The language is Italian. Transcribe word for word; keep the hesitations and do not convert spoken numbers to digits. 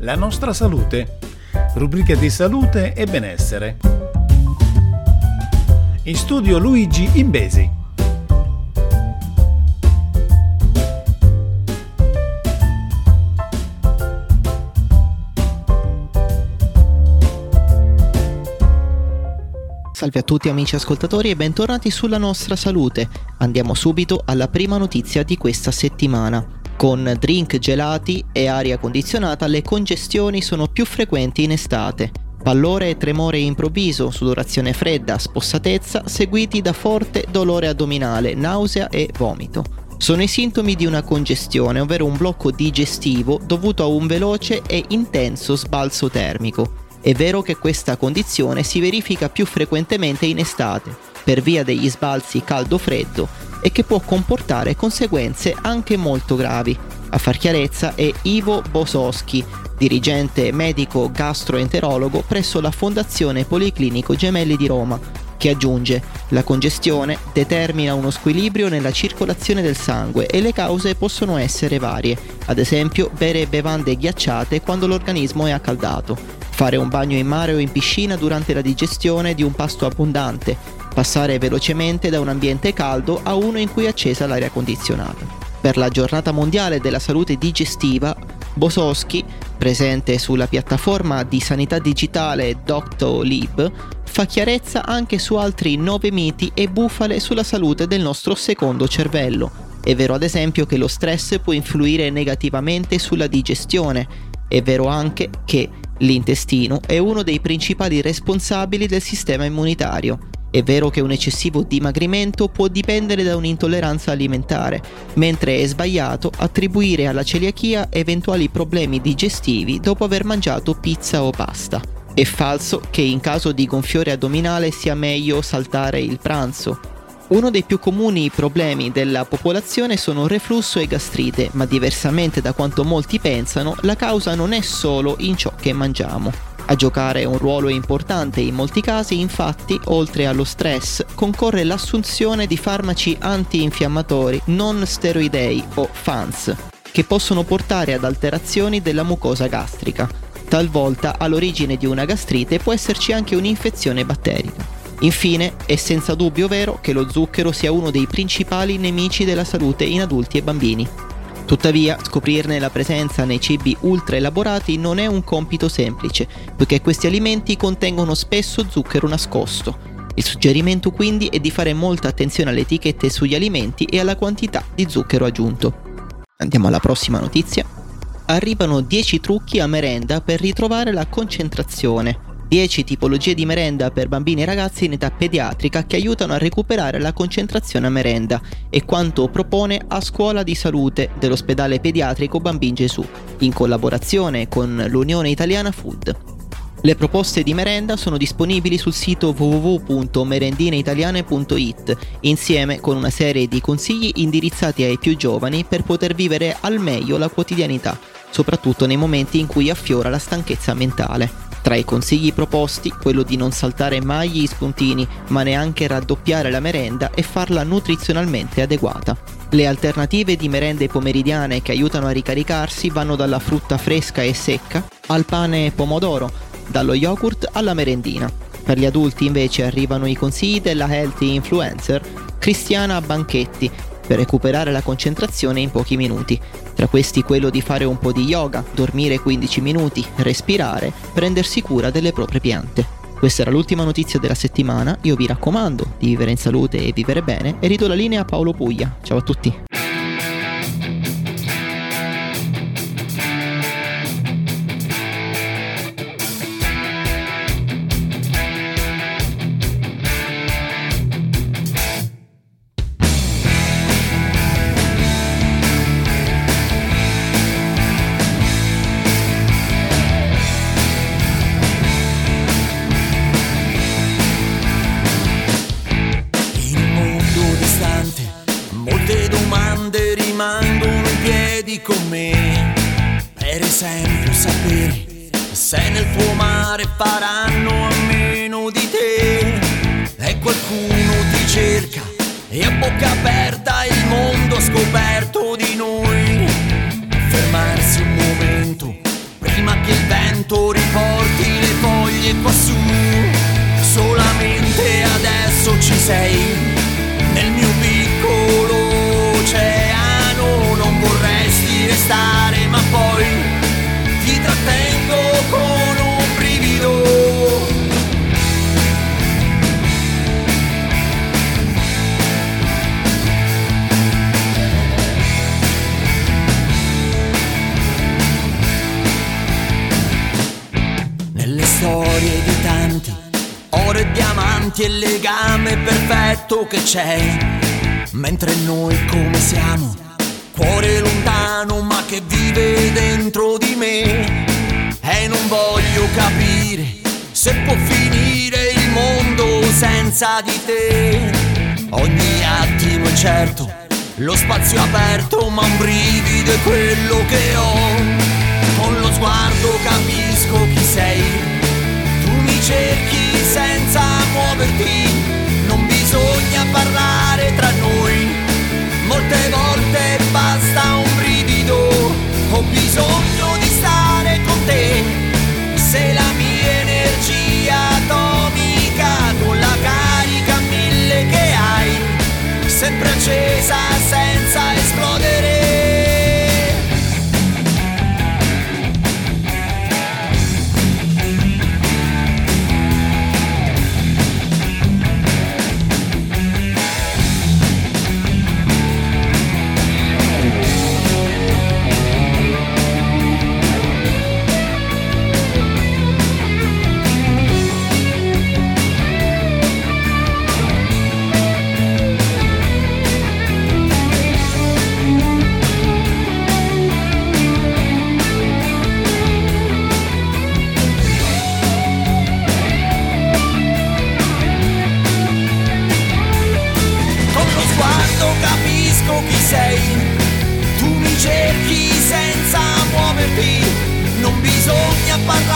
La nostra salute, rubrica di salute e benessere. In studio Luigi Imbesi. Salve a tutti amici ascoltatori e bentornati sulla nostra salute. Andiamo subito alla prima notizia di questa settimana. Con drink gelati e aria condizionata le congestioni sono più frequenti in estate. Pallore e tremore improvviso, sudorazione fredda, spossatezza, seguiti da forte dolore addominale, nausea e vomito. Sono i sintomi di una congestione, ovvero un blocco digestivo dovuto a un veloce e intenso sbalzo termico. È vero che questa condizione si verifica più frequentemente in estate, per via degli sbalzi caldo-freddo, e che può comportare conseguenze anche molto gravi. A far chiarezza è Ivo Bososchi, dirigente medico gastroenterologo presso la Fondazione Policlinico Gemelli di Roma, che aggiunge: la congestione determina uno squilibrio nella circolazione del sangue e le cause possono essere varie, ad esempio bere bevande ghiacciate quando l'organismo è accaldato, fare un bagno in mare o in piscina durante la digestione di un pasto abbondante, passare velocemente da un ambiente caldo a uno in cui è accesa l'aria condizionata. Per la giornata mondiale della salute digestiva, Bososchi, presente sulla piattaforma di sanità digitale Doctolib, fa chiarezza anche su altri nove miti e bufale sulla salute del nostro secondo cervello. È vero ad esempio che lo stress può influire negativamente sulla digestione. È vero anche che l'intestino è uno dei principali responsabili del sistema immunitario. È vero che un eccessivo dimagrimento può dipendere da un'intolleranza alimentare, mentre è sbagliato attribuire alla celiachia eventuali problemi digestivi dopo aver mangiato pizza o pasta. È falso che in caso di gonfiore addominale sia meglio saltare il pranzo. Uno dei più comuni problemi della popolazione sono reflusso e gastrite, ma diversamente da quanto molti pensano, la causa non è solo in ciò che mangiamo. A giocare un ruolo importante in molti casi, infatti, oltre allo stress, concorre l'assunzione di farmaci antinfiammatori non steroidei o F A N S, che possono portare ad alterazioni della mucosa gastrica. Talvolta all'origine di una gastrite può esserci anche un'infezione batterica. Infine, è senza dubbio vero che lo zucchero sia uno dei principali nemici della salute in adulti e bambini. Tuttavia, scoprirne la presenza nei cibi ultra elaborati non è un compito semplice, poiché questi alimenti contengono spesso zucchero nascosto. Il suggerimento quindi è di fare molta attenzione alle etichette sugli alimenti e alla quantità di zucchero aggiunto. Andiamo alla prossima notizia. Arrivano dieci trucchi a merenda per ritrovare la concentrazione. dieci tipologie di merenda per bambini e ragazzi in età pediatrica che aiutano a recuperare la concentrazione a merenda, e quanto propone A Scuola di Salute dell'ospedale pediatrico Bambin Gesù, in collaborazione con l'Unione Italiana Food. Le proposte di merenda sono disponibili sul sito w w w punto merendineitaliane punto i t, insieme con una serie di consigli indirizzati ai più giovani per poter vivere al meglio la quotidianità, soprattutto nei momenti in cui affiora la stanchezza mentale. Tra i consigli proposti, quello di non saltare mai gli spuntini, ma neanche raddoppiare la merenda e farla nutrizionalmente adeguata. Le alternative di merende pomeridiane che aiutano a ricaricarsi vanno dalla frutta fresca e secca al pane pomodoro, dallo yogurt alla merendina. Per gli adulti invece arrivano i consigli della healthy influencer Cristiana Banchetti per recuperare la concentrazione in pochi minuti. Tra questi quello di fare un po' di yoga, dormire quindici minuti, respirare, prendersi cura delle proprie piante. Questa era l'ultima notizia della settimana. Io vi raccomando di vivere in salute e vivere bene e ridò la linea a Paolo Puglia. Ciao a tutti. Con me, per esempio sapere se nel tuo mare faranno a meno di te, e qualcuno ti cerca e a bocca aperta il mondo ha scoperto di noi. Fermarsi un momento prima che sei nel mio piccolo oceano. Non vorresti restare, ma poi ti trattengo con un brivido. Nelle storie di tanti, oro e diamanti e il legame perfetto che c'è, mentre noi come siamo, cuore lontano ma che vive dentro di me. E non voglio capire se può finire il mondo senza di te. Ogni attimo è certo, lo spazio è aperto, ma un brivido è quello che ho. Con lo sguardo capisco chi sei, tu mi cerchi senza muoverti. Non bisogna parlare tra noi, molte volte basta un brivido. Ho bisogno di stare con te, sei la mia energia atomica, con la carica mille che hai, sempre accesa senza esplodere. Capisco chi sei, tu mi cerchi senza muoverti, non bisogna parlare